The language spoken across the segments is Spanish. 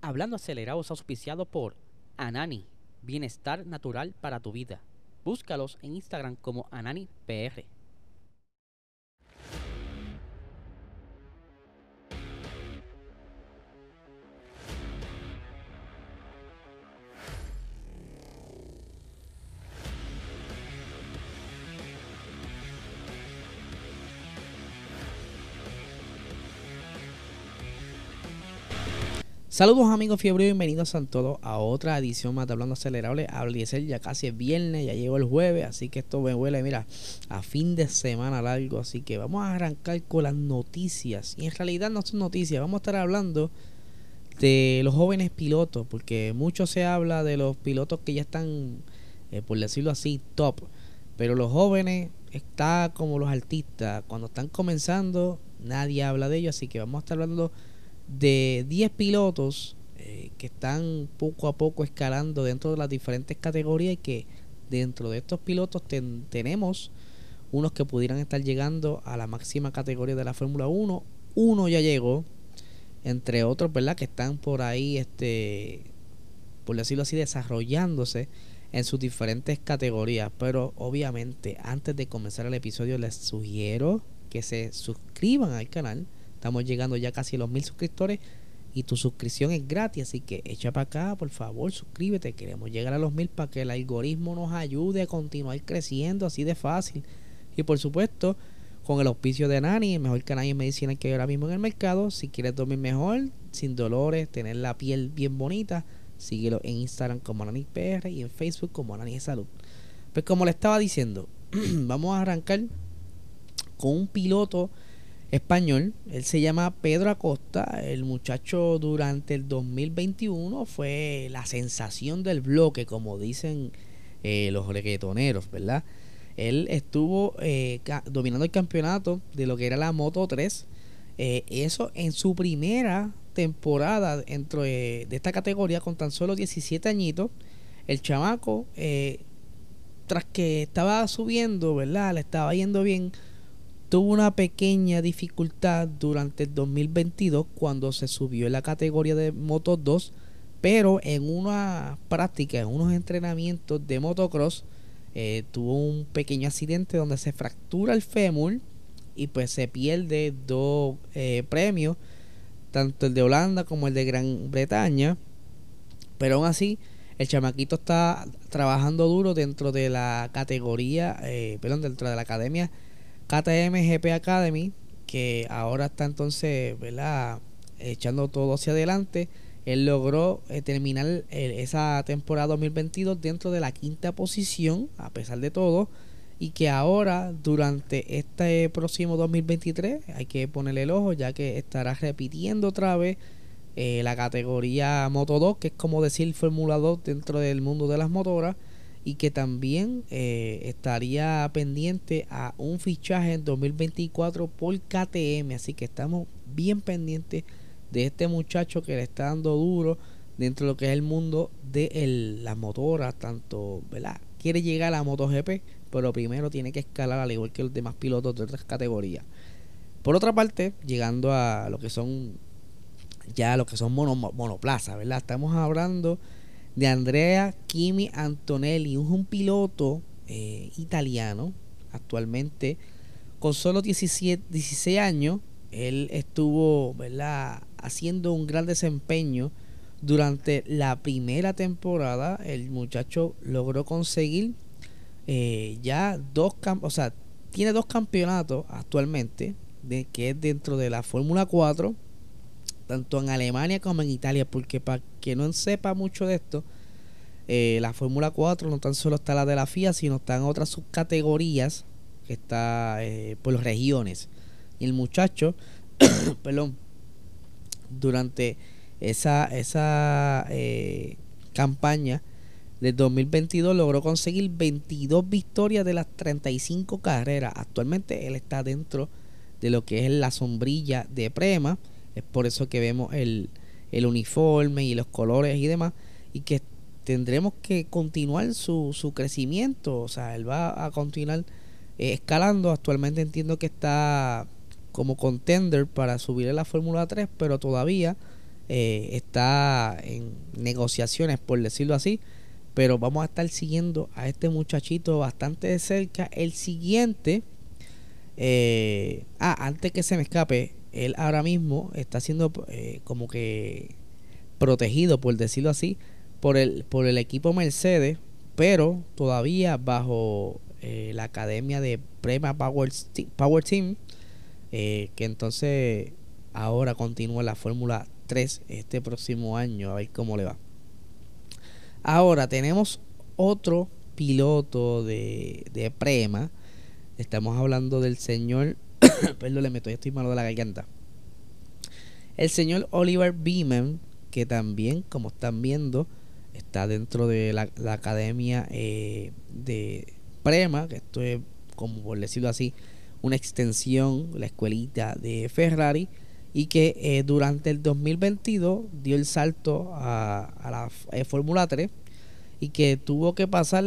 Hablando Acelerado es auspiciado por Anani, bienestar natural para tu vida. Búscalos en Instagram como AnaniPR. Saludos amigos fiebre y bienvenidos a todos a otra edición más de Hablando Acelerable. Ya casi es viernes, ya llegó el jueves, así que esto me huele, mira, a fin de semana largo. Así que vamos a arrancar con las noticias. Y en realidad no son noticias, vamos a estar hablando de los jóvenes pilotos, porque mucho se habla de los pilotos que ya están, por decirlo así, top. Pero los jóvenes está como los artistas, cuando están comenzando nadie habla de ellos, así que vamos a estar hablando de 10 pilotos que están poco a poco escalando dentro de las diferentes categorías, y que dentro de estos pilotos tenemos unos que pudieran estar llegando a la máxima categoría de la Fórmula 1. Uno ya llegó, entre otros, ¿verdad?, que están por ahí, por decirlo así, desarrollándose en sus diferentes categorías. Pero obviamente, antes de comenzar el episodio, les sugiero que se suscriban al canal. Estamos llegando ya casi a los 1000 suscriptores y tu suscripción es gratis, así que echa para acá, por favor, suscríbete. Queremos llegar a los 1000 para que el algoritmo nos ayude a continuar creciendo, así de fácil. Y por supuesto, con el auspicio de Nani, el mejor canal en medicina que hay ahora mismo en el mercado. Si quieres dormir mejor, sin dolores, tener la piel bien bonita, síguelo en Instagram como NaniPR y en Facebook como Nani de Salud. Pues como le estaba diciendo, vamos a arrancar con un piloto español. Él se llama Pedro Acosta. El muchacho durante el 2021 fue la sensación del bloque, como dicen los reggaetoneros, ¿verdad? Él estuvo dominando el campeonato de lo que era la Moto 3. Eso en su primera temporada dentro de esta categoría, con tan solo 17 añitos. El chamaco, tras que estaba subiendo, ¿verdad?, le estaba yendo bien, tuvo una pequeña dificultad durante el 2022 cuando se subió en la categoría de Moto 2, pero en una práctica, en unos entrenamientos de motocross, tuvo un pequeño accidente donde se fractura el fémur y pues se pierde dos premios, tanto el de Holanda como el de Gran Bretaña. Pero aún así, el chamaquito está trabajando duro dentro de la categoría, dentro de la academia KTM GP Academy, que ahora está entonces, ¿verdad?, echando todo hacia adelante. Él logró terminar esa temporada 2022 dentro de la quinta posición, a pesar de todo, y que ahora durante este próximo 2023 hay que ponerle el ojo, ya que estará repitiendo otra vez la categoría Moto 2, que es como decir Fórmula 2 dentro del mundo de las motoras, y que también estaría pendiente a un fichaje en 2024 por KTM. Así que estamos bien pendientes de este muchacho que le está dando duro dentro de lo que es el mundo de las motoras, tanto, ¿verdad?, quiere llegar a la MotoGP, pero primero tiene que escalar al igual que los demás pilotos de otras categorías. Por otra parte, llegando a lo que son monoplaza, ¿verdad?, estamos hablando de Andrea Kimi Antonelli, un piloto italiano. Actualmente con solo 16 años, él estuvo, ¿verdad?, haciendo un gran desempeño durante la primera temporada. El muchacho logró conseguir ya tiene dos campeonatos actualmente, que es dentro de la Fórmula 4, tanto en Alemania como en Italia, porque para que no sepa mucho de esto, la Fórmula 4 no tan solo está la de la FIA, sino están otras subcategorías que está por las regiones. Y el muchacho, perdón, durante esa campaña del 2022 logró conseguir 22 victorias de las 35 carreras. Actualmente él está dentro de lo que es la sombrilla de Prema. Es por eso que vemos el uniforme y los colores y demás, y que tendremos que continuar su crecimiento. O sea, él va a continuar escalando. Actualmente entiendo que está como contender para subir a la Fórmula 3, pero todavía está en negociaciones, por decirlo así, pero vamos a estar siguiendo a este muchachito bastante de cerca. El siguiente, antes que se me escape, él ahora mismo está siendo como que protegido, por decirlo así, por el equipo Mercedes, pero todavía bajo la academia de Prema Power Team, que entonces ahora continúa la Fórmula 3 este próximo año, a ver cómo le va. Ahora tenemos otro piloto de Prema. Estamos hablando del señor perdóneme, estoy malo de la garganta. El señor Oliver Beeman, que también, como están viendo, está dentro de la academia de Prema, que esto es, como por decirlo así, una extensión, la escuelita de Ferrari, y que durante el 2022 dio el salto a la Fórmula 3 y que tuvo que pasar,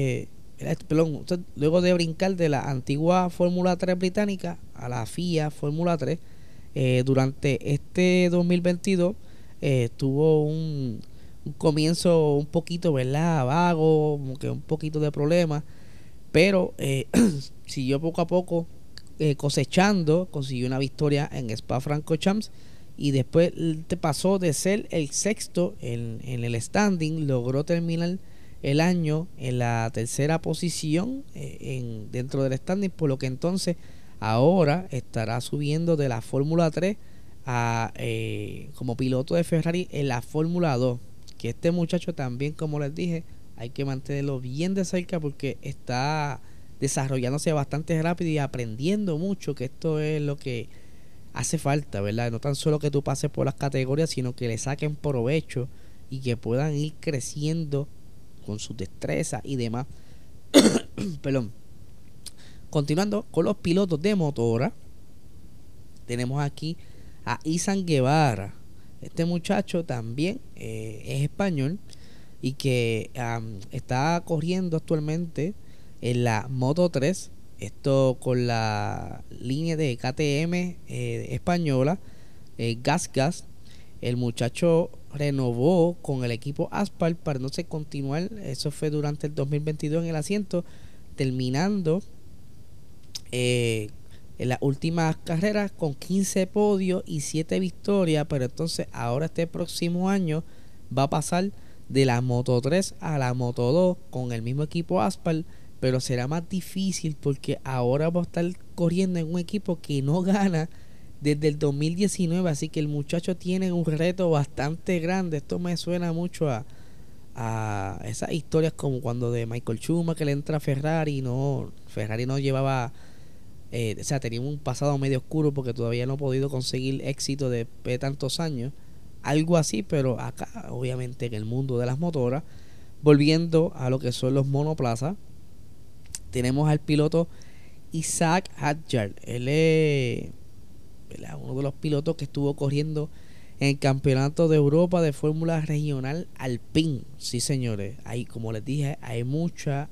luego de brincar de la antigua Fórmula 3 británica a la FIA Fórmula 3, durante este 2022 tuvo un comienzo un poquito, ¿verdad?, vago, como que un poquito de problemas, pero siguió poco a poco cosechando, consiguió una victoria en Spa-Francorchamps y después te pasó de ser el sexto en el standing, logró terminar el año en la tercera posición dentro del standing, por lo que entonces ahora estará subiendo de la Fórmula 3 a como piloto de Ferrari en la Fórmula 2, que este muchacho también, como les dije, hay que mantenerlo bien de cerca porque está desarrollándose bastante rápido y aprendiendo mucho, que esto es lo que hace falta, ¿verdad? No tan solo que tú pases por las categorías, sino que le saquen provecho y que puedan ir creciendo con sus destrezas y demás. Perdón. Continuando con los pilotos de motora, tenemos aquí a Izan Guevara. Este muchacho también es español y que está corriendo actualmente en la Moto 3, esto con la línea de KTM española, GasGas. El muchacho renovó con el equipo Aspal para no continuar, eso fue durante el 2022 en el asiento, terminando en las últimas carreras con 15 podios y 7 victorias, pero entonces ahora este próximo año va a pasar de la Moto 3 a la Moto 2 con el mismo equipo Aspal, pero será más difícil porque ahora va a estar corriendo en un equipo que no gana desde el 2019, así que el muchacho tiene un reto bastante grande. Esto me suena mucho a esas historias como cuando de Michael Schumacher que le entra a Ferrari no llevaba, o sea, tenía un pasado medio oscuro porque todavía no ha podido conseguir éxito después de tantos años, algo así, pero acá obviamente en el mundo de las motoras, volviendo a lo que son los monoplazas, tenemos al piloto Isaac Hadjar. Él es uno de los pilotos que estuvo corriendo en el campeonato de Europa de Fórmula Regional Alpine. Sí, señores, ahí, como les dije, hay muchas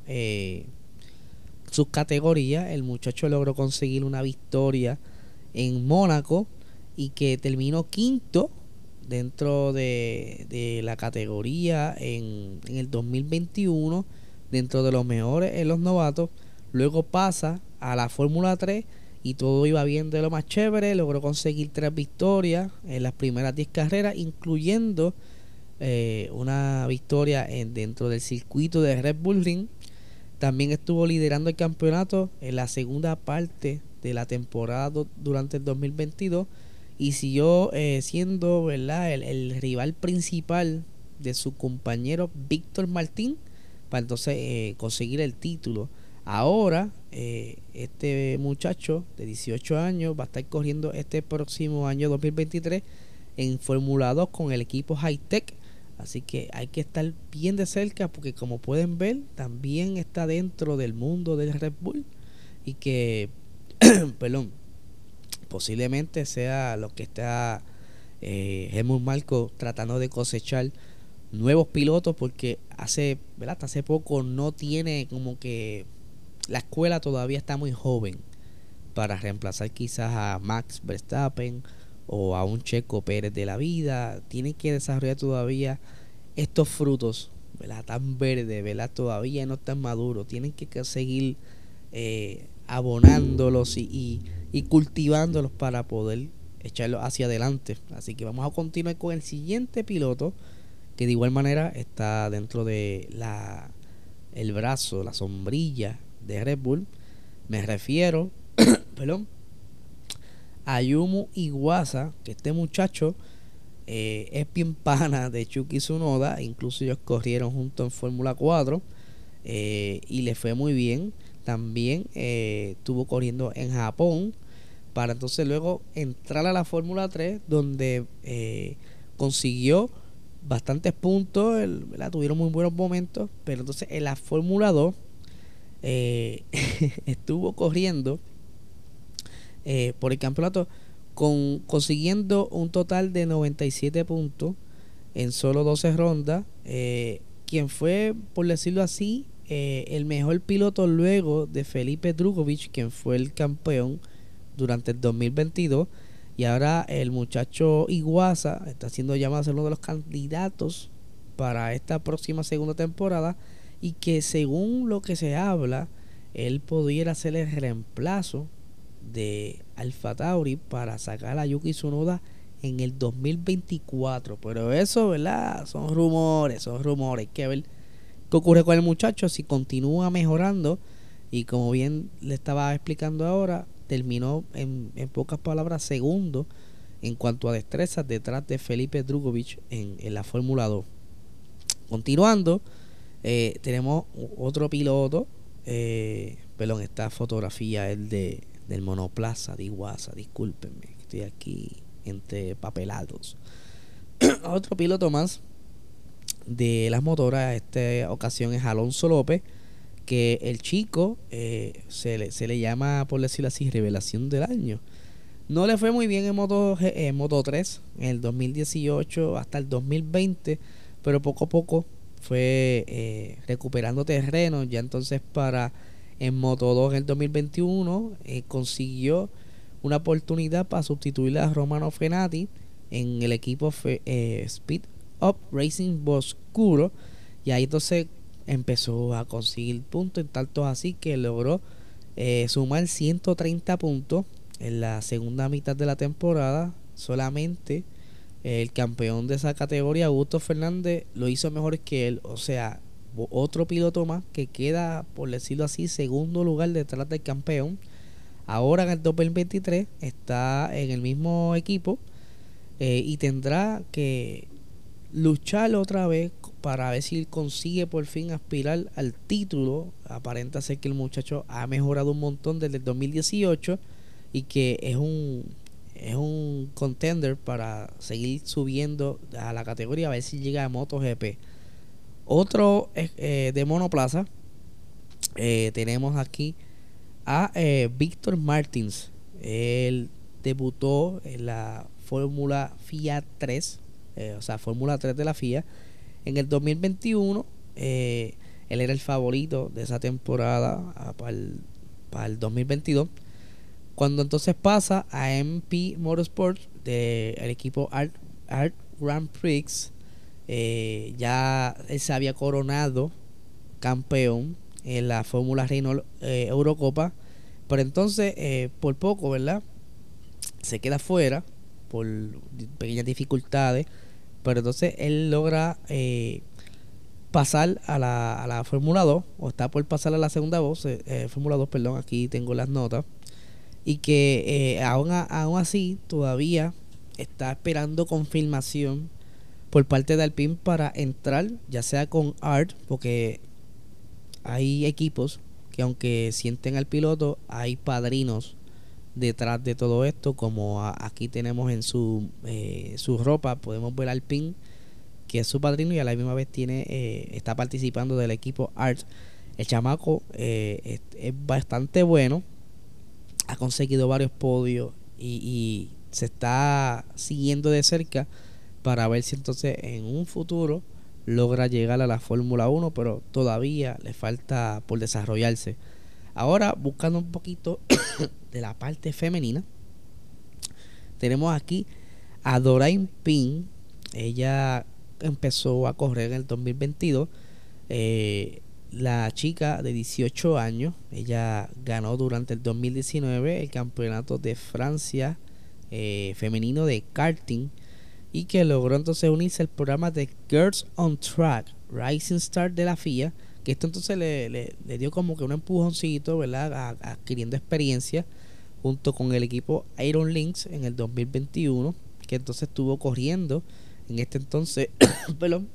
subcategorías. El muchacho logró conseguir una victoria en Mónaco y que terminó quinto dentro de la categoría en el 2021, dentro de los mejores en los novatos. Luego pasa a la Fórmula 3 y todo iba bien de lo más chévere. Logró conseguir 3 victorias en las primeras 10 carreras, incluyendo una victoria dentro del circuito de Red Bull Ring. También estuvo liderando el campeonato en la segunda parte de la temporada durante el 2022 y siguió siendo, ¿verdad?, el rival principal de su compañero Víctor Martín para entonces conseguir el título. Ahora este muchacho de 18 años va a estar corriendo este próximo año 2023 en Fórmula 2 con el equipo Hightech, así que hay que estar bien de cerca porque, como pueden ver, también está dentro del mundo del Red Bull y que perdón, posiblemente sea lo que está Helmut Marko tratando de cosechar nuevos pilotos, porque ¿verdad?, hasta hace poco no tiene, como que la escuela todavía está muy joven para reemplazar quizás a Max Verstappen o a un Checo Pérez de la vida. Tienen que desarrollar todavía estos frutos, ¿verdad? Tan verdes, ¿verdad? Todavía no están maduros. Tienen que seguir abonándolos y cultivándolos para poder echarlos hacia adelante. Así que vamos a continuar con el siguiente piloto, que de igual manera está dentro de el brazo, la sombrilla de Red Bull. Me refiero perdón, a Ayumu Iwasa, que este muchacho es bien pana de Yuki Tsunoda. Incluso ellos corrieron juntos en Fórmula 4 y le fue muy bien. También estuvo corriendo en Japón para entonces luego entrar a la Fórmula 3, donde consiguió bastantes puntos, ¿verdad? Tuvieron muy buenos momentos, pero entonces en la Fórmula 2 estuvo corriendo por el campeonato consiguiendo un total de 97 puntos en solo 12 rondas, quien fue, por decirlo así, el mejor piloto luego de Felipe Drugovich, quien fue el campeón durante el 2022. Y ahora el muchacho Iwasa está siendo llamado a ser uno de los candidatos para esta próxima segunda temporada, y que según lo que se habla, él pudiera ser el reemplazo de AlphaTauri para sacar a Yuki Tsunoda en el 2024. Pero eso, ¿verdad? Son rumores. Hay que ver qué ocurre con el muchacho, si continúa mejorando. Y como bien le estaba explicando ahora, terminó en pocas palabras segundo en cuanto a destrezas detrás de Felipe Drugovich en la Fórmula 2. Continuando, tenemos otro piloto. Perdón, esta fotografía es del monoplaza de Iwasa. Discúlpenme, estoy aquí entre papelados. Otro piloto más de las motoras, esta ocasión es Alonso López, que el chico se le llama, por decirlo así, revelación del año. No le fue muy bien en Moto 3 en el 2018 hasta el 2020, pero poco a poco fue recuperando terreno. Ya entonces en Moto 2 en el 2021 consiguió una oportunidad para sustituir a Romano Fenati en el equipo Speed Up Racing Boscuro, y ahí entonces empezó a conseguir puntos, en tanto así que logró sumar 130 puntos en la segunda mitad de la temporada. Solamente el campeón de esa categoría, Augusto Fernández, lo hizo mejor que él. O sea, otro piloto más que queda, por decirlo así, segundo lugar detrás del campeón. Ahora en el 2023 está en el mismo equipo y tendrá que luchar otra vez para ver si consigue por fin aspirar al título. Aparenta ser que el muchacho ha mejorado un montón desde el 2018 y que es un contender para seguir subiendo a la categoría, a ver si llega a MotoGP. Otro de monoplaza, tenemos aquí a Víctor Martins. Él debutó en la Fórmula FIA 3, o sea, Fórmula 3 de la FIA en el 2021. Él era el favorito de esa temporada para el 2022, cuando entonces pasa a MP Motorsport del equipo Art Grand Prix. Ya él se había coronado campeón en la Fórmula Renault Eurocopa, pero entonces por poco, ¿verdad?, se queda fuera por pequeñas dificultades. Pero entonces él logra pasar a la Fórmula 2, o está por pasar a la segunda Fórmula 2, perdón, aquí tengo las notas. Y que aún así todavía está esperando confirmación por parte de Alpine para entrar, ya sea con ART, porque hay equipos que, aunque sienten al piloto, hay padrinos detrás de todo esto, como aquí tenemos en su ropa, podemos ver al Alpine, que es su padrino, y a la misma vez está participando del equipo ART. El chamaco es bastante bueno, ha conseguido varios podios y se está siguiendo de cerca para ver si entonces en un futuro logra llegar a la Fórmula 1, pero todavía le falta por desarrollarse. Ahora, buscando un poquito de la parte femenina, tenemos aquí a Dorain Pin. Ella empezó a correr en el 2022. La chica de 18 años, ella ganó durante el 2019 el campeonato de Francia femenino de karting, y que logró entonces unirse al programa de Girls on Track Rising Star de la FIA, que esto entonces le dio como que un empujoncito, ¿verdad? Adquiriendo experiencia junto con el equipo Iron Lynx en el 2021, que entonces estuvo corriendo en este entonces perdón,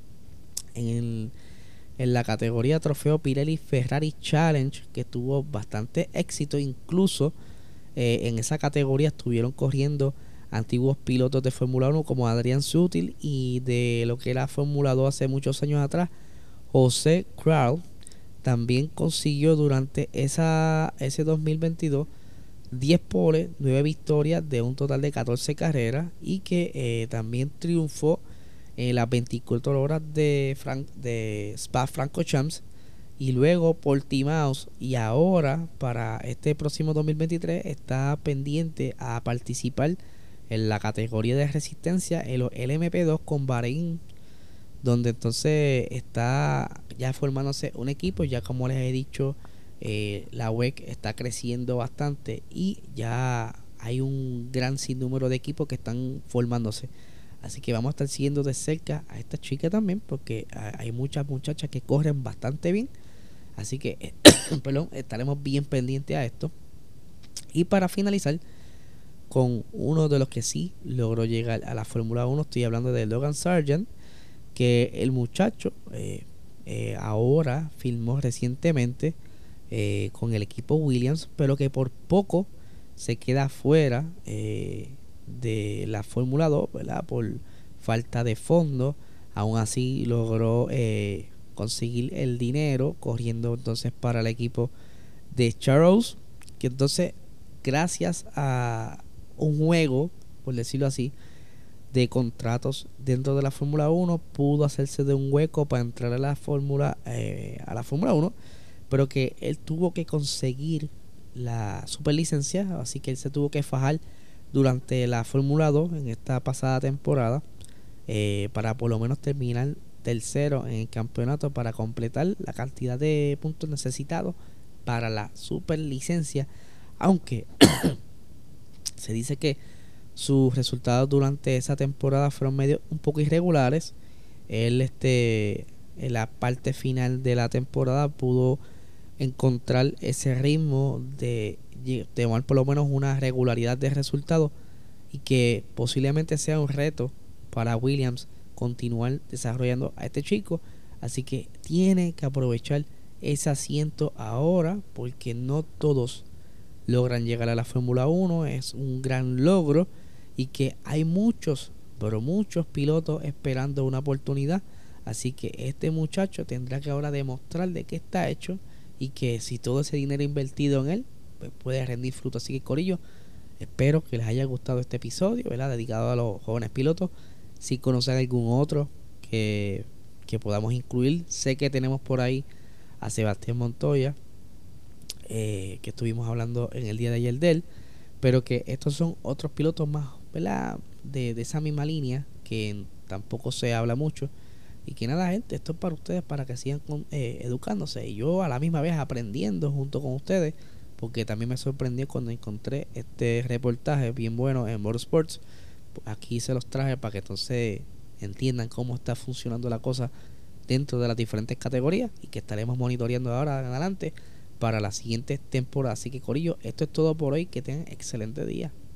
en la categoría Trofeo Pirelli Ferrari Challenge, que tuvo bastante éxito. Incluso en esa categoría estuvieron corriendo antiguos pilotos de Fórmula 1 como Adrian Sutil, y de lo que era Fórmula 2 hace muchos años atrás, José Krall. También consiguió durante ese 2022 10 poles, 9 victorias de un total de 14 carreras, y que también triunfó en las 24 horas de Spa-Francorchamps, y luego Portimao, y ahora para este próximo 2023 está pendiente a participar en la categoría de resistencia en los LMP2 con Bahrein, donde entonces está ya formándose un equipo. Ya como les he dicho, la WEC está creciendo bastante y ya hay un gran sinnúmero de equipos que están formándose. Así que vamos a estar siguiendo de cerca a esta chica también, porque hay muchas muchachas que corren bastante bien. Así que perdón, estaremos bien pendientes a esto. Y para finalizar con uno de los que sí logró llegar a la Fórmula 1, estoy hablando de Logan Sargent, que el muchacho ahora filmó recientemente con el equipo Williams, pero que por poco se queda fuera de la Fórmula 2, ¿verdad? Por falta de fondos. Aún así logró conseguir el dinero corriendo entonces para el equipo de Charles, que entonces gracias a un juego, por decirlo así, de contratos dentro de la Fórmula 1, pudo hacerse de un hueco para entrar a la Fórmula 1, pero que él tuvo que conseguir la superlicencia, así que él se tuvo que fajar durante la Fórmula 2 en esta pasada temporada para por lo menos terminar tercero en el campeonato, para completar la cantidad de puntos necesitados para la superlicencia, aunque se dice que sus resultados durante esa temporada fueron medio un poco irregulares. Él en la parte final de la temporada pudo encontrar ese ritmo de tomar por lo menos una regularidad de resultados, y que posiblemente sea un reto para Williams continuar desarrollando a este chico. Así que tiene que aprovechar ese asiento ahora, porque no todos logran llegar a la Fórmula 1. Es un gran logro, y que hay muchos, pero muchos pilotos esperando una oportunidad. Así que este muchacho tendrá que ahora demostrar de qué está hecho, y que si todo ese dinero invertido en él, pues puede rendir fruto. Así que, corillo, espero que les haya gustado este episodio, ¿verdad?, dedicado a los jóvenes pilotos. Si conocen algún otro que podamos incluir, sé que tenemos por ahí a Sebastián Montoya, que estuvimos hablando en el día de ayer de él, pero que estos son otros pilotos más, ¿verdad?, de esa misma línea, que tampoco se habla mucho. Y que nada, gente, esto es para ustedes, para que sigan educándose, y yo a la misma vez aprendiendo junto con ustedes, porque también me sorprendió cuando encontré este reportaje bien bueno en Motorsports. Aquí se los traje para que entonces entiendan cómo está funcionando la cosa dentro de las diferentes categorías, y que estaremos monitoreando ahora en adelante para la siguiente temporada. Así que, corillo, esto es todo por hoy. Que tengan excelente día.